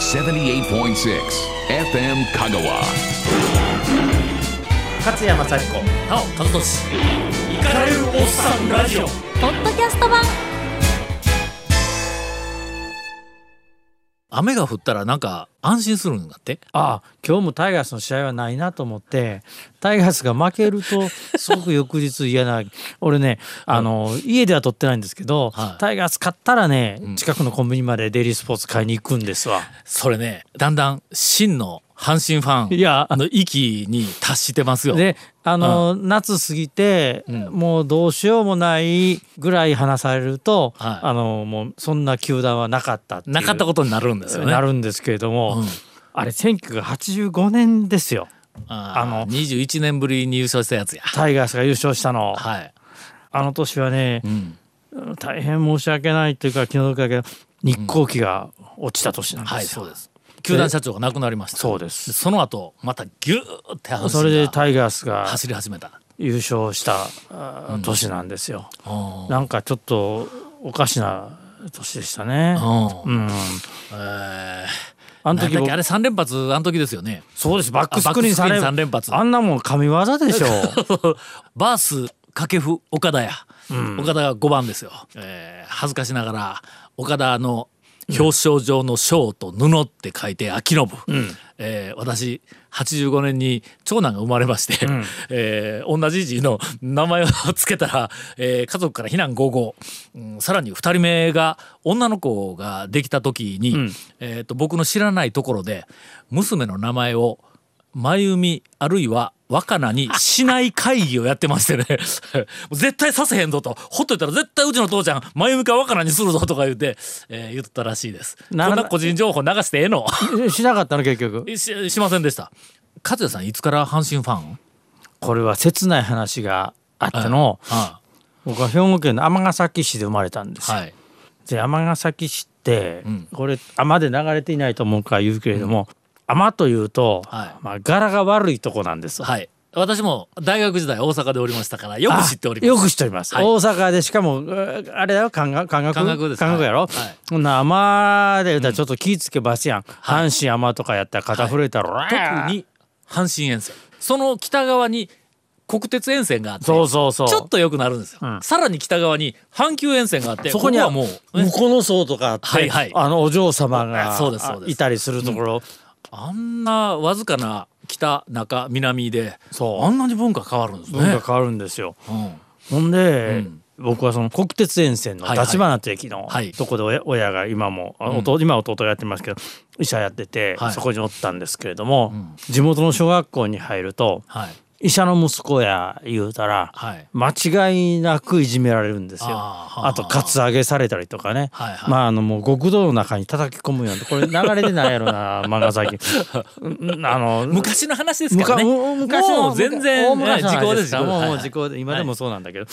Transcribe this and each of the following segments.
78.6 FM 香川。 勝山幸子、 なお和俊、 イカれるおっさんラジオ。 ポッドキャスト版。 雨が降ったらなんか安心するんだって。 今日もタイガースの試合はないなと思って、タイガースが負けるとすごく翌日嫌な俺ね、家では撮ってないんですけど、タイガース勝ったらね、近くのコンビニまでデイリースポーツ買いに行くんですわ。 それね、だんだん真の阪神ファンの域に達してますよ。 で夏過ぎて、もうどうしようもないぐらい話されると、もうそんな球団はなかったっていう、 なかったことになるんですよね。 なるんですけれども、あれ1985年ですよ。 21年ぶりに優勝したやつや。 タイガースが優勝したの。あの年はね、大変申し訳ないというか気の毒だけど、日航機が落ちた年なんですよ。 そうです。球団社長が亡くなりました。 そうです。 その後またギューって阪神がそれでタイガースが走り始めた、 優勝した年なんですよ。なんかちょっとおかしな年でしたね。あの時あれ3連発あの時ですよね。 そうです。バックスクリーン3連発。あんなもん神業でしょ。 バース掛布岡田や、岡田が5番ですよ。恥ずかしながら岡田の表彰状の章と布って書いて秋信、私85年に長男が生まれまして、同じ字の名前をつけたら、家族から非難合々、さらに2人目が女の子ができた時に、僕の知らないところで娘の名前を真由美あるいは若菜にしない会議をやってましてね絶対させへんぞと、ほっといたら絶対うちの父ちゃん真由美か若菜にするぞとか言って、言ったらしいです。こんな個人情報流してええのしなかったの結局。 しませんでした。勝也さんいつから阪神ファン？ これは切ない話があったの。僕は兵庫県の尼崎市で生まれたんですよ。で尼崎市って、これ尼で流れていないと思うから言うけれども、尼というと、柄が悪いとこなんです。 私も大学時代大阪でおりましたからよく知っております。 よく知っております。大阪でしかもあれだよ、関学です。関学やろ。尼で言うたらちょっと気ぃつけますやん。阪神尼とかやったら肩震えたら、 特に阪神沿線、その北側に国鉄沿線があって、ちょっと良くなるんですよ。さらに北側に阪急沿線があって、 そこにはもう向こうの層とかあって、お嬢様がいたりするところ、 あんなわずかな北中南であんなに文化変わるんですね。 文化変わるんですよ。ほんで、僕はその国鉄沿線の立花って駅のとこで親が今も今弟がやってますけど医者やってて、そこにおったんですけれども、地元の小学校に入ると、医者の息子や言うたら、間違いなくいじめられるんですよ。あとカツアゲされたりとかね、もう極道の中に叩き込むような、これ流れてないやろな尼崎昔の話ですからね。昔のもう全然時効です。 もう時効で今でもそうなんだけど、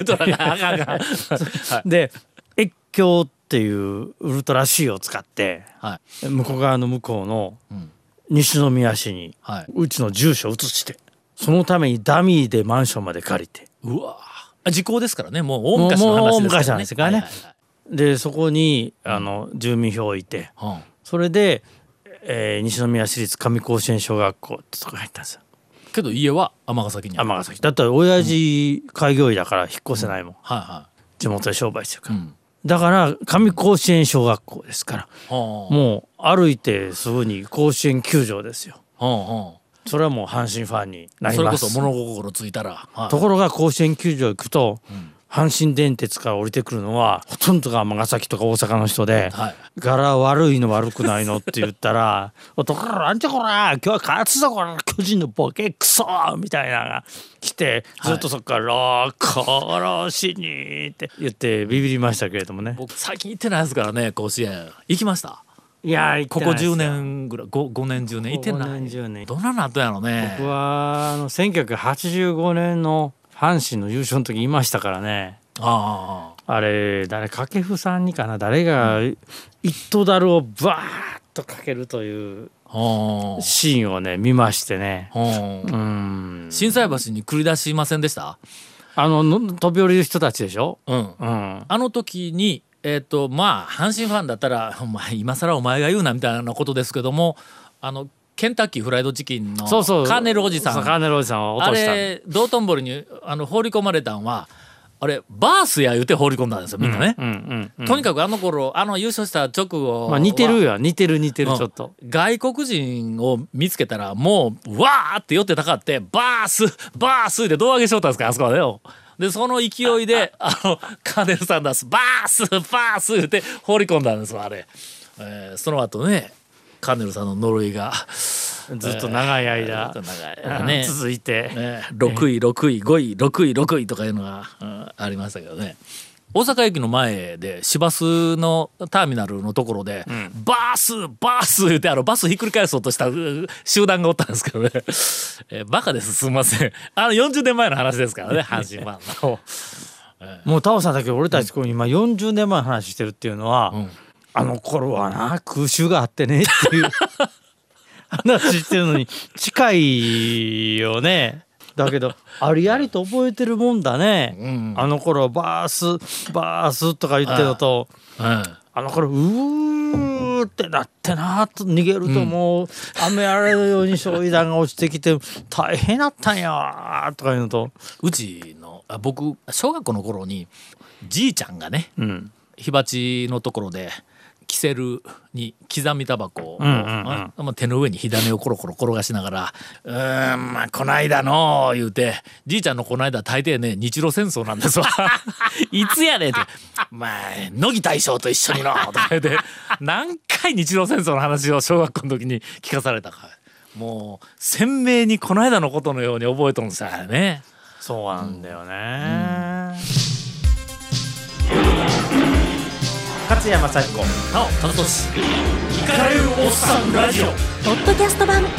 で越境っていうウルトラ C を使って、向こう側の向こうの西宮市にうちの住所を移して、そのためにダミーでマンションまで借りて、 時効ですからね。もう大昔の話ですからね。 でそこに住民票を置いて、それで、西宮市立上甲子園小学校ってとこに入ったんですよ。 けど家は尼崎にある。 尼崎だったら親父開業医だから引っ越せないもん、地元で商売してるから、だから上甲子園小学校ですから、もう歩いてすぐに甲子園球場ですよ。それはもう阪神ファンになります。 それこそ物心ついたら、 ところが甲子園球場行くと、阪神電鉄から降りてくるのはほとんどが尼崎とか大阪の人で、柄悪いの悪くないのって言ったら「おとこらあんちゃこら今日は勝つぞこら巨人のボケクソ!」みたいなのが来て、ずっとそこから「殺しに」って言ってビビりましたけれどもね。 僕最近行ってないですからね、甲子園行きました。 いやここ10年ぐらい 5年10年行ってない。5年10年どんなのあったんやろね。 僕は1985年の阪神の優勝の時いましたからね。あれ掛布さんにかな、誰が一斗だるをバーッとかけるというシーンをね見ましてね。 心斎橋に繰り出しませんでした？ 飛び降りる人たちでしょ。 あの時にまあ阪神ファンだったらお前今更お前が言うなみたいなことですけども、ケンタッキーフライドチキンのカーネルおじさん、 カーネルおじさんを落とした。 あれ道頓堀に放り込まれたんはあれバースや言うて放り込んだんですよみんなね、とにかくあの頃優勝した直後は、 似てるよ、似てるちょっと、 外国人を見つけたらもうわーって寄ってたかってバースで胴上げしよったんですかあそこはね。でその勢いでカーネル・サンダースバース言って放り込んだんですわあれ、その後ねカーネルさんの呪いがずっと長い間、ね、続いて、 6位5位とかいうのが、ありましたけどね。大阪駅の前で市バスのターミナルのところで、バース言ってバスひっくり返そうとした集団がおったんですけどね、バカですすみません40年前の話ですからね阪神ファンのもうタオさんだけど俺たち今40年前の話してるっていうのは、あの頃はな空襲があってねっていう話してるのに近いよね。だけどありありと覚えてるもんだね、あの頃バースとか言ってるのと、あの頃うーってなってなと逃げるともう雨あれのように焼夷弾が落ちてきて大変だったんやとかいうのと、 うちの僕小学校の頃にじいちゃんがね、火鉢のところでキセルに刻みタバコを、手の上に火種をコロコロ転がしながらまあこないだの言うて、じいちゃんのこないだ大抵ね日露戦争なんですわいつやねんってまあ乃木大将と一緒にのとか言って何回日露戦争の話を小学校の時に聞かされたか、もう鮮明にこないだのことのように覚えとるんですよね。 そうなんだよね、勝谷正彦なお田中俊イカれるおっさんラジオポッドキャスト版。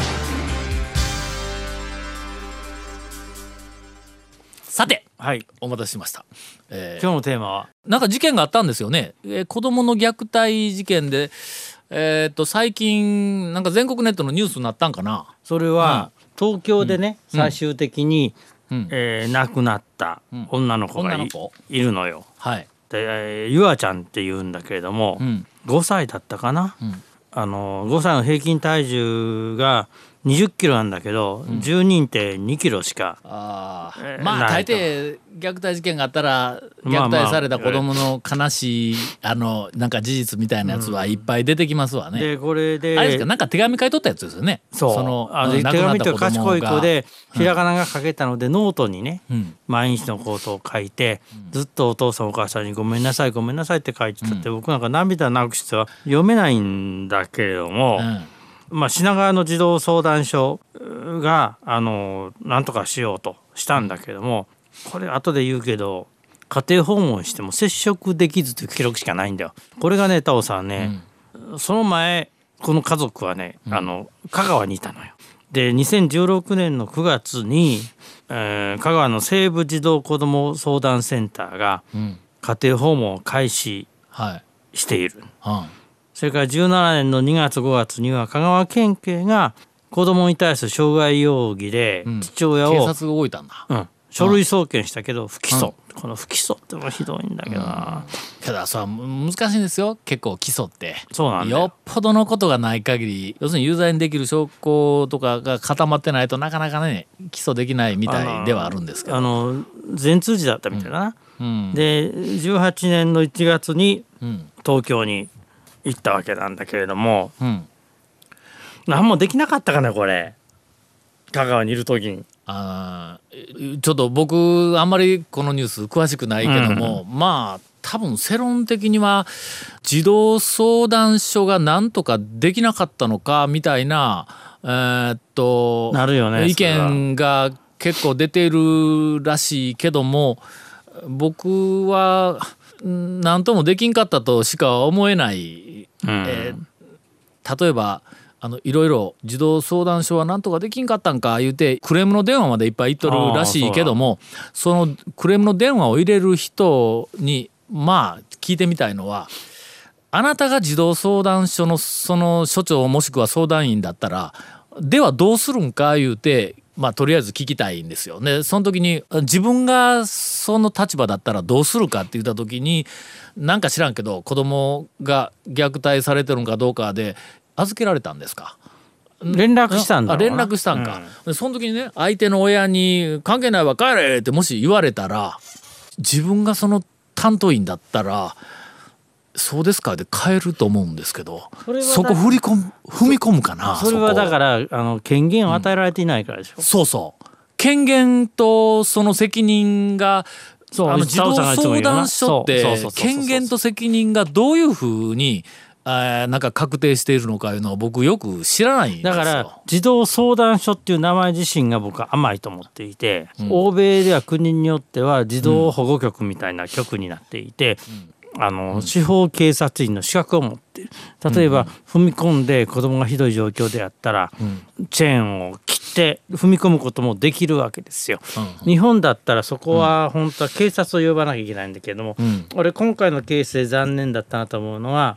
さて、 はい、 お待たせしました、 今日のテーマはなんか事件があったんですよね、子供の虐待事件で、最近なんか全国ネットのニュースになったんかな。 それは、東京でね、最終的に、亡くなった女の子が いるのよ。 はい。 でゆあちゃんって言うんだけれども、5歳だったかな、5歳の平均体重が20キロなんだけど、12.2 キロしか、 まあ大抵虐待事件があったら虐待された子供の悲しいなんか事実みたいなやつはいっぱい出てきますわね。 でこれであれですか、なんか手紙書いとったやつですよね。 そう手紙というか賢い子でひらがなが書けたので、ノートにね、毎日のことを書いて、ずっとお父さんお母さんにごめんなさいって書いてたって、僕なんか涙なくしては読めないんだけれども、品川の児童相談所がなんとかしようとしたんだけども、これ後で言うけど家庭訪問しても接触できずという記録しかないんだよ。これがねタオさんね、その前この家族はね、香川にいたのよ。で2016年の9月に、香川の西部児童子ども相談センターが家庭訪問を開始している、それから17年の2月5月には香川県警が子どもに対する傷害容疑で父親を、 警察が動いたんだ、 書類送検したけど不起訴、この不起訴ってのはひどいんだけどな、 けどさ難しいんですよ結構起訴って。 そうなんだよ。 よっぽどのことがない限り、要するに有罪にできる証拠とかが固まってないとなかなかね起訴できないみたいではあるんですけど、 善通寺だったみたいだな、で18年の1月に東京に行ったわけなんだけれども、何もできなかったかなこれ、香川にいる時に。 ちょっと僕あんまりこのニュース詳しくないけども、まあ多分世論的には児童相談所がなんとかできなかったのかみたいな、 なるよね、 意見が結構出てるらしいけども、僕は何ともできんかったとしか思えない、例えばいろいろ児童相談所はなんとかできんかったんか言うてクレームの電話までいっぱい言っとるらしいけども、そのクレームの電話を入れる人にまあ聞いてみたいのは、あなたが児童相談所のその所長もしくは相談員だったらではどうするんか言うてとりあえず聞きたいんですよ。でその時に自分がその立場だったらどうするかって言った時になんか知らんけど子供が虐待されてるのかどうかで預けられたんですか。 連絡したんだろうな。 連絡したんか、でその時にね相手の親に関係ないわ帰れってもし言われたら自分がその担当員だったらそうですかで変えると思うんですけど、そこ踏み込むかな。 それはだから権限を与えられていないからでしょ、 そうそう権限とその責任が児童相談所って権限と責任がどういうふうになんか確定しているのかいうのは僕よく知らないんですよ。 だから児童相談所っていう名前自身が僕は甘いと思っていて、欧米では国によっては児童保護局みたいな局になっていて、司法警察員の資格を持っている。例えば踏み込んで子供がひどい状況であったら、チェーンを切って踏み込むこともできるわけですよ。日本だったらそこは本当は警察を呼ばなきゃいけないんだけども、俺今回のケースで残念だったなと思うのは、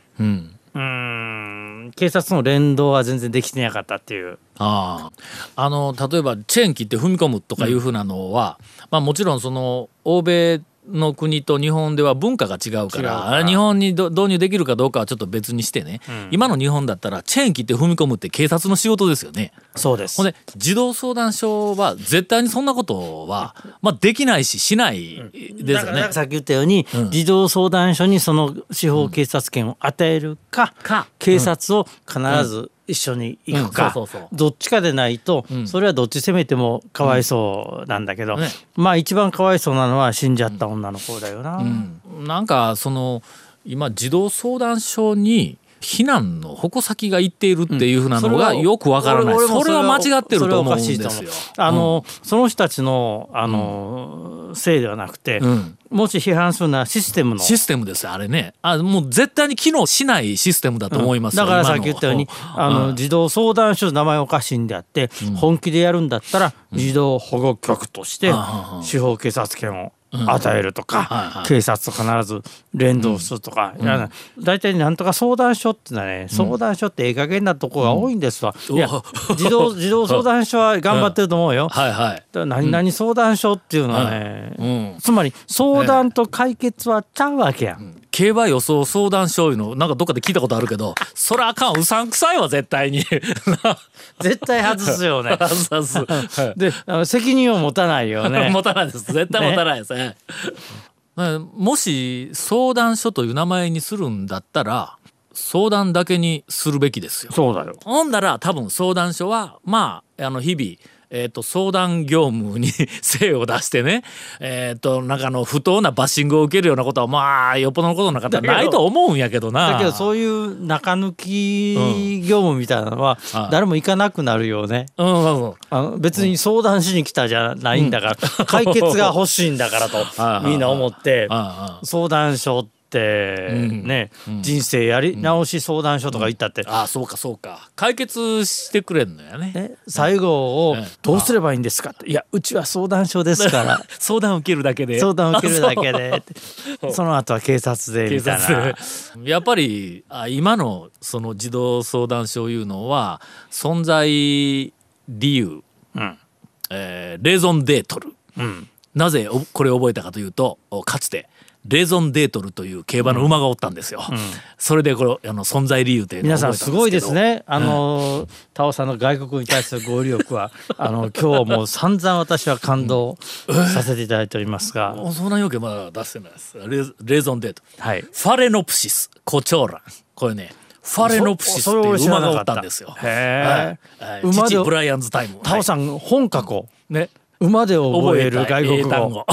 警察の連動は全然できてなかったっていう。例えばチェーン切って踏み込むとかいうふうなのは、もちろんその欧米の国と日本では文化が違うから日本に導入できるかどうかはちょっと別にしてね、今の日本だったらチェーン切って踏み込むって警察の仕事ですよね。 そうです。 ほんで児童相談所は絶対にそんなことは、できないししないですよね。 さっき言ったように、児童相談所にその司法警察権を与えるか、警察を必ず一緒に行くか、どっちかでないと、それはどっち攻めてもかわいそうなんだけど、一番かわいそうなのは死んじゃった女の子だよな。 なんかその今児童相談所に避難の矛先がいっているっていうふうなのがよくわからない。それは間違ってると思うんですよ。 その人たちのせいではなくて、もし批判するのはシステムですよあれね。もう絶対に機能しないシステムだと思いますよ、 だからさっき言ったように児童相談所の名前おかしいんであって、本気でやるんだったら児童保護局として司法警察権を与えるとか、警察と必ず連動するとか、大体なんとか相談所ってのはね、相談所ってええ加減なとこが多いんですわ。いや児童相談所は頑張ってると思うよ。何々相談所っていうのはね、つまり相談と解決はちゃうわけやん。 競馬予想相談所いうのなんかどっかで聞いたことあるけどそれあかん、うさんくさいわ絶対に絶対外すよね。で責任を持たないよね。 持たないです、絶対持たないですね。もし相談所という名前にするんだったら相談だけにするべきですよ。 そうだよ。 ほんだら多分相談所は日々相談業務に精を出してね、なんか不当なバッシングを受けるようなことはよっぽどのことなかったらないと思うんやけどな。 だけどそういう中抜き業務みたいなのは誰も行かなくなるよね。別に相談しに来たじゃないんだから、解決が欲しいんだからとみんな思って相談所ってね、人生やり直し相談所とか行ったって、 そうか解決してくれんのやね。 最後をどうすればいいんですかって、いやうちは相談所ですから相談受けるだけでその後は警察でみたいな。 やっぱり今のその児童相談所いうのは存在理由、レーゾンデートル、なぜこれを覚えたかというと、かつてレーゾンデートルという競馬の馬がおったんですよ。それでこれ存在理由というのを覚えたんですけど、 皆さんすごいですね。タオさんの外国に対する語彙力は今日もう散々私は感動させていただいておりますが、 そんな要件まだ出してないです。レーゾンデートル、ファレノプシスコチョウラン、これねファレノプシスっていう馬がおったんですよ。父ブライアンズタイム。 タオさん本書こう、馬で覚える外国語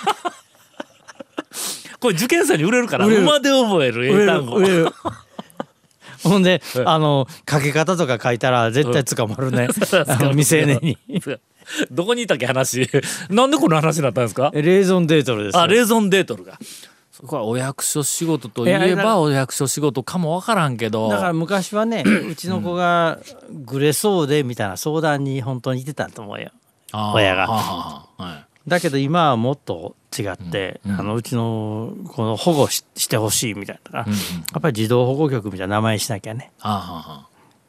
これ受験生に売れるから、馬で覚える英単語。 ほんでかけ方とか書いたら絶対捕まるね、未成年に。 どこにいたっけ話なんでこの話になったんですか。 レーゾンデートルです。 レーゾンデートルがそこはお役所仕事といえばお役所仕事かもわからんけど、 だから昔はねうちの子がグレそうでみたいな相談に本当にいてたと思うよ、親が。だけど今はもっと違って、うちのこの保護してほしいみたいな、やっぱり児童保護局みたいな名前にしなきゃね。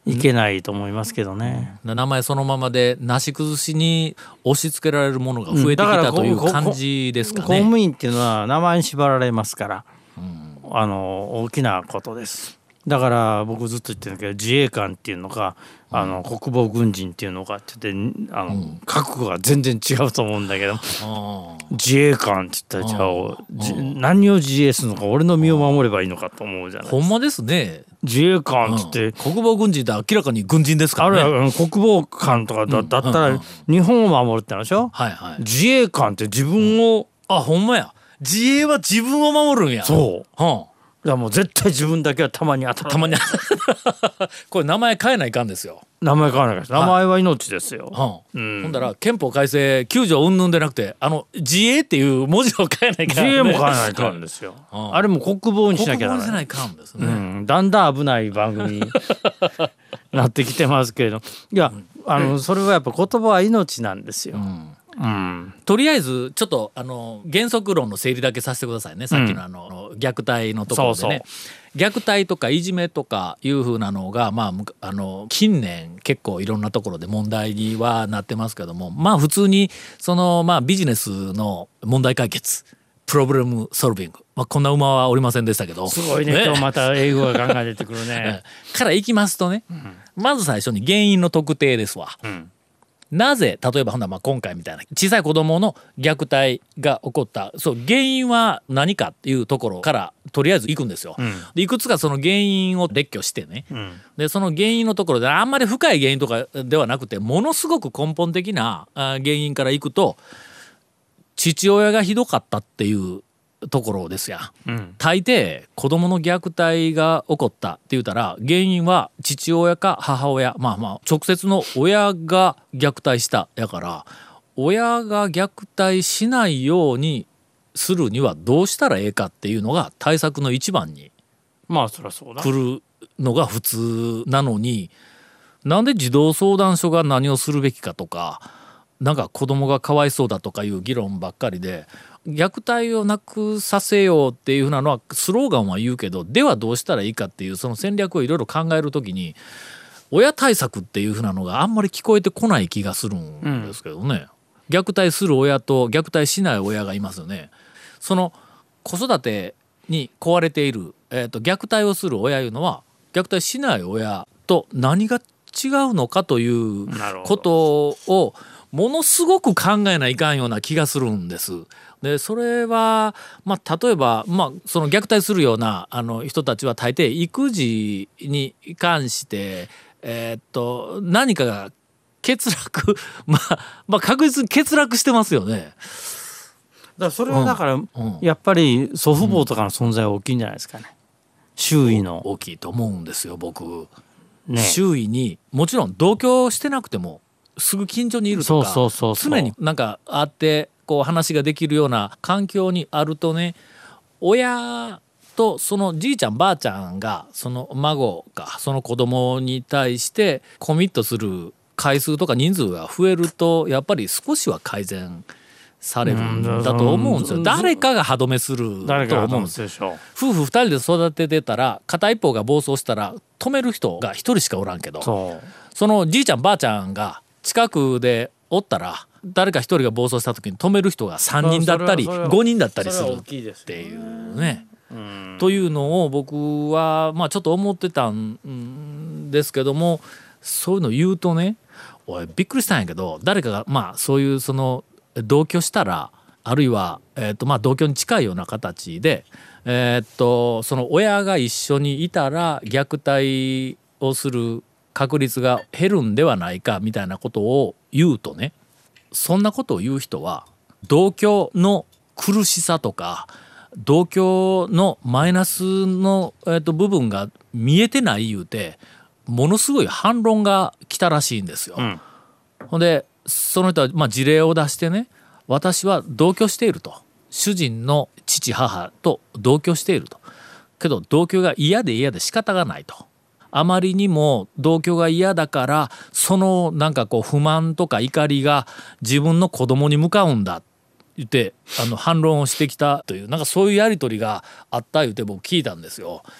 いけないと思いますけどね。 名前そのままでなし崩しに押し付けられるものが増えてきたという感じですかね。 公務員っていうのは名前に縛られますから、大きなことです。だから僕ずっと言ってるんだけど、自衛官っていうのか国防軍人っていうのかって言って覚悟が全然違うと思うんだけど、自衛官って言ったらじゃあ何を自衛するのか、俺の身を守ればいいのかと思うじゃないですか。 ほんまですね。 自衛官って言って、 国防軍人って明らかに軍人ですからね。 あるいは国防官とかだったら日本を守るってのでしょ、 はいはい、 自衛官って自分を、 ほんまや、自衛は自分を守るんや。 そう、だからもう絶対自分だけはたまに当たらない。 たまにこれ名前変えないかんですよ。 名前変わらないです。名前は命ですよ。 ほんだら憲法改正9条云々でなくて自衛っていう文字を変えないかん、ね、 自衛も変えないかんですよ。あれも国防にしなきゃならない。 国防にしないかんですね。 だんだん危ない番組になってきてますけれど、いやそれはやっぱ言葉は命なんですよ。 とりあえずちょっと原則論の整理だけさせてくださいね。さっきの虐待のところでね、虐待とかいじめとかいうふうなのが、近年結構いろんなところで問題にはなってますけども、普通にビジネスの問題解決、プロブレムソルビング、こんな馬はおりませんでしたけど、 すごいね。今日また英語が考え出てくるねからいきますとね、まず最初に原因の特定ですわ。なぜ例えば今回みたいな小さい子供の虐待が起こった、原因は何かっていうところからとりあえず行くんですよ。でいくつかその原因を列挙してね、でその原因のところであんまり深い原因とかではなくて、ものすごく根本的な原因から行くと、父親がひどかったっていうところですや。大抵子供の虐待が起こったって言ったら、原因は父親か母親、直接の親が虐待したやから、親が虐待しないようにするにはどうしたらええかっていうのが対策の一番にそりゃそうだ来るのが普通なのに、なんで児童相談所が何をするべきかとか、子供がかわいそうだとかいう議論ばっかりで、虐待をなくさせようっていうふうなのはスローガンは言うけど、ではどうしたらいいかっていうその戦略をいろいろ考えるときに、親対策っていうふうなのがあんまり聞こえてこない気がするんですけどね。虐待する親と虐待しない親がいますよね。その子育てに壊れている、虐待をする親いうのは虐待しない親と何が違うのかということをものすごく考えないかんような気がするんです。でそれは、例えば、その虐待するような人たちは大抵育児に関して、何かが欠落確実に欠落してますよね。 それはだから、やっぱり祖父母とかの存在は大きいんじゃないですかね。周囲の大きいと思うんですよ僕、周囲にもちろん同居してなくてもすぐ近所にいるとか、常に会って話ができるような環境にあるとね、親とそのじいちゃんばあちゃんがその孫がその子供に対してコミットする回数とか人数が増えると、やっぱり少しは改善されるんだと思うんですよ。誰かが歯止めすると思うんですよ。夫婦2人で育ててたら、片一方が暴走したら止める人が1人しかおらんけど、そのじいちゃんばあちゃんが近くでおったら、誰か一人が暴走した時に止める人が3人だったり5人だったりするっていうね。というのを僕はちょっと思ってたんですけども、そういうの言うとね、おいびっくりしたんやけど、誰かがそういうその同居したら、あるいは同居に近いような形でその親が一緒にいたら虐待をする確率が減るんではないかみたいなことを言うとね、そんなことを言う人は同居の苦しさとか同居のマイナスの部分が見えてない言うて、ものすごい反論が来たらしいんですよ。ほんでその人は事例を出してね、私は同居していると、主人の父母と同居していると、けど同居が嫌で仕方がないと、あまりにも同居が嫌だから、その不満とか怒りが自分の子供に向かうんだ言って反論をしてきたという、そういうやり取りがあった言うて僕聞いたんですよ。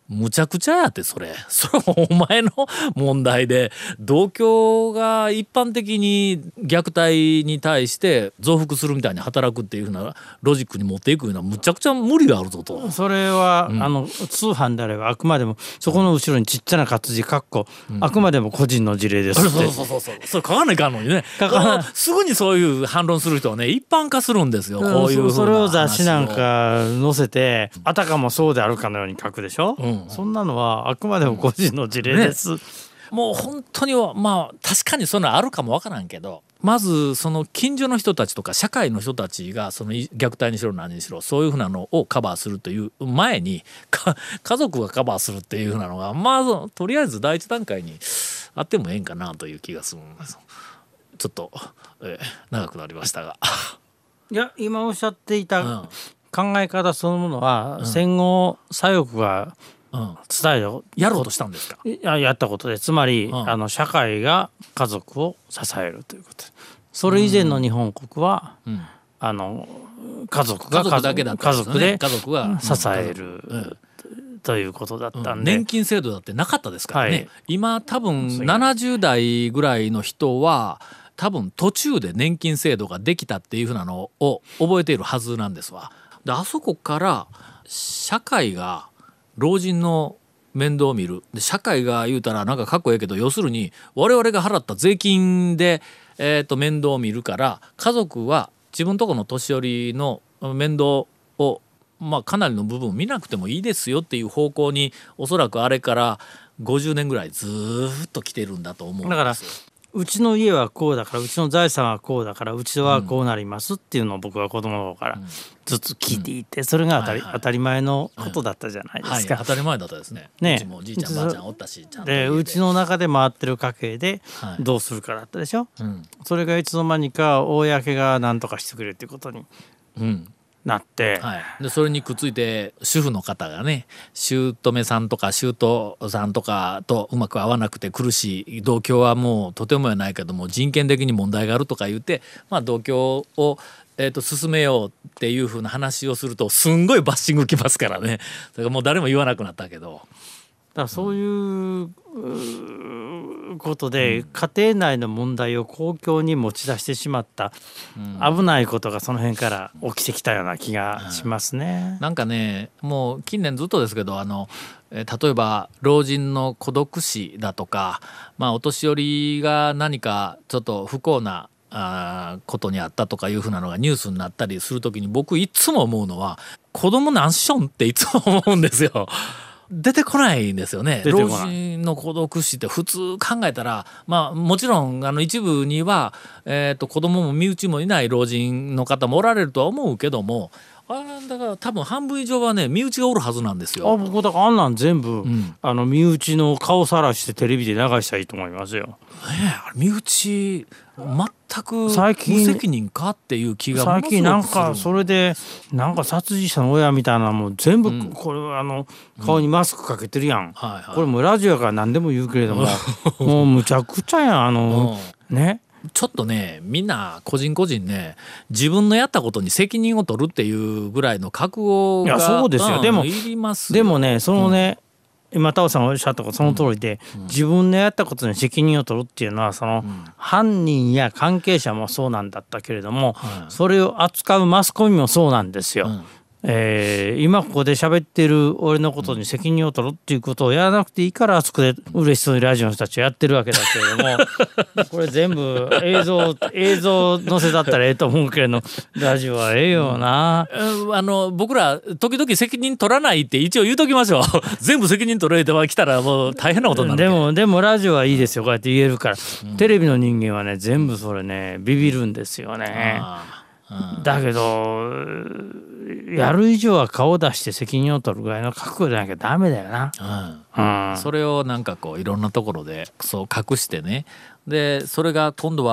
むちゃくちゃやってそれお前の問題で同居が一般的に虐待に対して増幅するみたいに働くっていうふうなロジックに持っていくようなむちゃくちゃ無理があるぞと。 それは、通販であればあくまでもそこの後ろにちっちゃな活字あくまでも個人の事例ですって。 そうそれ書かないかんのにね。すぐにそういう反論する人はね一般化するんですよ。こういうふうな話をそれを雑誌なんか載せてあたかもそうであるかのように書くでしょ、そんなのはあくまでも個人の事例です、 もう本当にまあ確かにそんなあるかもわからんけど、まずその近所の人たちとか社会の人たちがその虐待にしろ何にしろそういうふうなのをカバーするという前に家族がカバーするっていうふうなのがまずとりあえず第一段階にあってもええんかなという気がするんです。ちょっと、長くなりましたがいや今おっしゃっていた考え方そのものは、戦後左翼が伝える、 やろうとしたんですか。 やったことで、つまり、社会が家族を支えるということで、それ以前の日本国は、家族が家族で支える、ということだったんで、 年金制度だってなかったですからね、今多分70代ぐらいの人は多分途中で年金制度ができたっていうふうなのを覚えているはずなんですわ。であそこから社会が老人の面倒を見る。で社会が言うたらなんかかっこいいけど、要するに我々が払った税金で、面倒を見るから、家族は自分とこの年寄りの面倒をかなりの部分見なくてもいいですよっていう方向に、おそらくあれから50年ぐらいずっと来てるんだと思うんですよ。 だからうちの家はこうだから、うちの財産はこうだから、うちはこうなりますっていうのを僕は子供の頃からずっと聞いていて、それが当たり前のことだったじゃないですか。 当たり前だったですね。うちもじいちゃんばあちゃんおったし、ちゃんとでうちの中で回ってる家計でどうするかだったでしょ、それがいつの間にか公が何とかしてくれるっていうことになって、 でそれにくっついて主婦の方がね、姑さんとか姑さんとかとうまく合わなくて苦しい、同居はもうとてもやないけども人権的に問題があるとか言って、同居を進めようっていうふうな話をするとすんごいバッシングきますからね。だからもう誰も言わなくなったけど、 だからそういうことで家庭内の問題を公共に持ち出してしまった危ないことがその辺から起きてきたような気がしますね。 なんかね、もう近年ずっとですけど、例えば老人の孤独死だとか、お年寄りが何かちょっと不幸なことにあったとかいうふうなのがニュースになったりするときに、僕いつも思うのは、子供何しょんっていつも思うんですよ。出てこないんですよね。老人の孤独死って普通考えたら、もちろん一部には、子供も身内もいない老人の方もおられるとは思うけども、だから多分半分以上はね身内がおるはずなんですよ。 僕だからあんなん全部、身内の顔さらしてテレビで流したらいいと思いますよ。 身内全く無責任かっていう気が最近なんかそれでなんか殺人者の親みたいなのも全部これ顔にマスクかけてるやん、これもラジオやから何でも言うけれどももうむちゃくちゃやんね。 ちょっとねみんな個人個人ね自分のやったことに責任を取るっていうぐらいの覚悟がそうですよ。でもいりますよ。 でもねそのね、今田尾さんがおっしゃったことその通りで、自分のやったことに責任を取るっていうのはその、犯人や関係者もそうなんだったけれども、それを扱うマスコミもそうなんですよ。今ここで喋ってる俺のことに責任を取るっていうことをやらなくていいからあそこで嬉しそうにラジオの人たちはやってるわけだけれどもこれ全部映像載せだったらええと思うけれどラジオはええよな、 僕ら時々責任取らないって一応言うときましょう全部責任取られてきたらもう大変なことになる。 でもラジオはいいですよこうやって言えるから、テレビの人間はね全部それねビビるんですよね。だけどやる以上は顔出して責任を取るぐらいの覚悟じゃなきゃダメだよな、 それをなんかこういろんなところでそう隠してね、でそれが今度は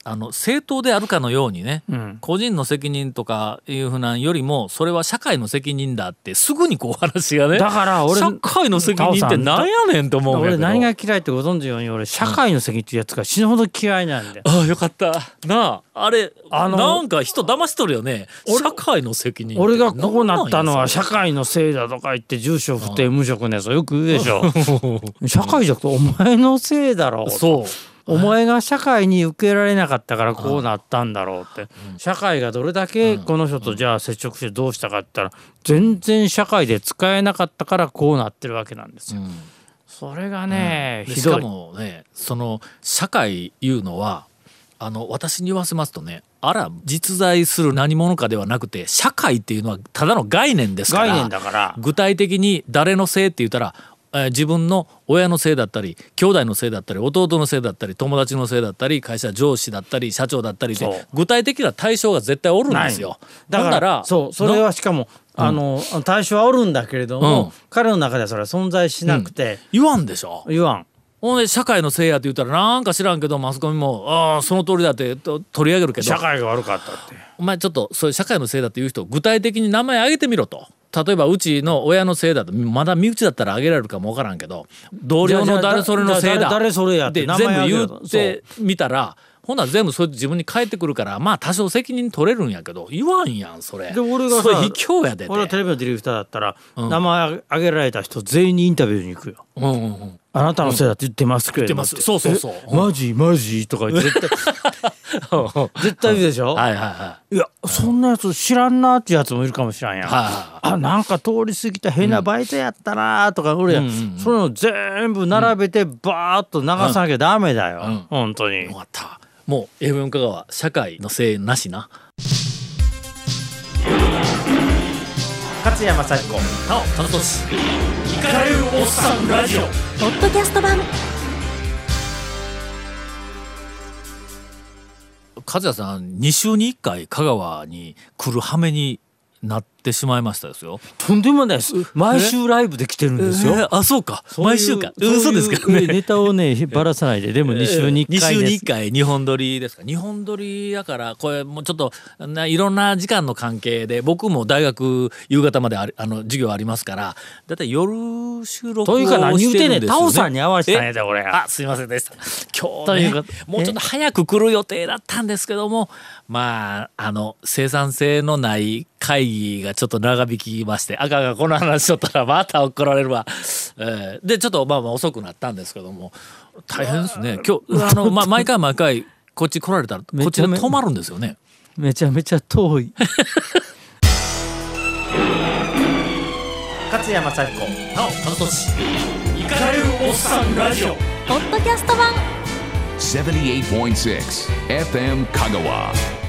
正当であるかのようにね、個人の責任とかいうふうなんよりもそれは社会の責任だってすぐにこう話がね、 だから俺社会の責任ってなんやねんと思うんやけど、 俺何が嫌いってご存知のように俺社会の責任っていうやつが死ぬほど嫌いなんで、 ああよかったなあ。あれなんか人騙しとるよね。社会の責任って俺がこうなったのは社会のせいだとか言って住所不定無職のやつよく言うでしょ社会じゃなくてお前のせいだろう、 そうお前が社会に受けられなかったからこうなったんだろうって、社会がどれだけこの人とじゃあ接触してどうしたかって言ったら全然社会で使えなかったからこうなってるわけなんですよ、それがね、ひどい。 しかもねその社会いうのは私に言わせますとね、実在する何者かではなくて社会っていうのはただの概念ですから、 概念だから具体的に誰のせいって言ったら自分の親のせいだったり兄弟のせいだったり弟のせいだったり友達のせいだったり会社上司だったり社長だったりで具体的な対象が絶対おるんですよ。 だからそれはしかも対象はおるんだけれども、彼の中ではそれは存在しなくて、 言わんでしょ。 言わん。 ほんで社会のせいやって言ったらなんか知らんけどマスコミもその通りだって取り上げるけど、 社会が悪かったってお前ちょっとそういう社会のせいだっていう人具体的に名前挙げてみろと。例えばうちの親のせいだとまだ身内だったら挙げられるかもわからんけど同僚の誰それのせいだ誰それやってで全部言ってみたらほな全部それ自分に返ってくるからまあ多少責任取れるんやけど言わんやんそれ。 で俺がそれ卑怯やでて。 俺はテレビのディレクターだったら、名前挙げられた人全員にインタビューに行くよ、あなたのせいだって言ってますけれども、 そうそうそう、 マジとか言って絶対言うでしょはいはいはい。 いやそんなやつ知らんなっていうやつもいるかもしらんやん、なんか通り過ぎた変なバイトやったなとか、俺それを全部並べてバーッと流さなきゃダメだよ、本当に。 よかった。もう FM 香川社会のせいなしな。 勝山幸子なお田中俊イカれるおっさんラジオポッドキャスト版。 和也さん2週に1回香川に来る羽目になってしまいましたですよ。 とんでもないです。毎週ライブで来てるんですよ。 あそうか毎週か。嘘ですけどね。 ネタをねばらさないででも2週に1回です。 2週に1回2本撮りですか。2本撮りやからこれもうちょっといろんな時間の関係で僕も大学夕方まで授業ありますからだいたい夜収録をしてるんですよね。というか何言うてんねん。タオさんに合わせたんやで俺。 すいませんでした。今日ねもうちょっと早く来る予定だったんですけどもまあ生産性のない会議がちょっと長引きまして赤がこの話しとったらまた怒られるわ、でちょっとまあ遅くなったんですけども大変ですね今日毎回こっち来られたらこっちで止まるんですよね。 めちゃめちゃ遠い勝山幸子なお田中俊イカれるおっさんラジオポッドキャスト版 78.6 FM 香川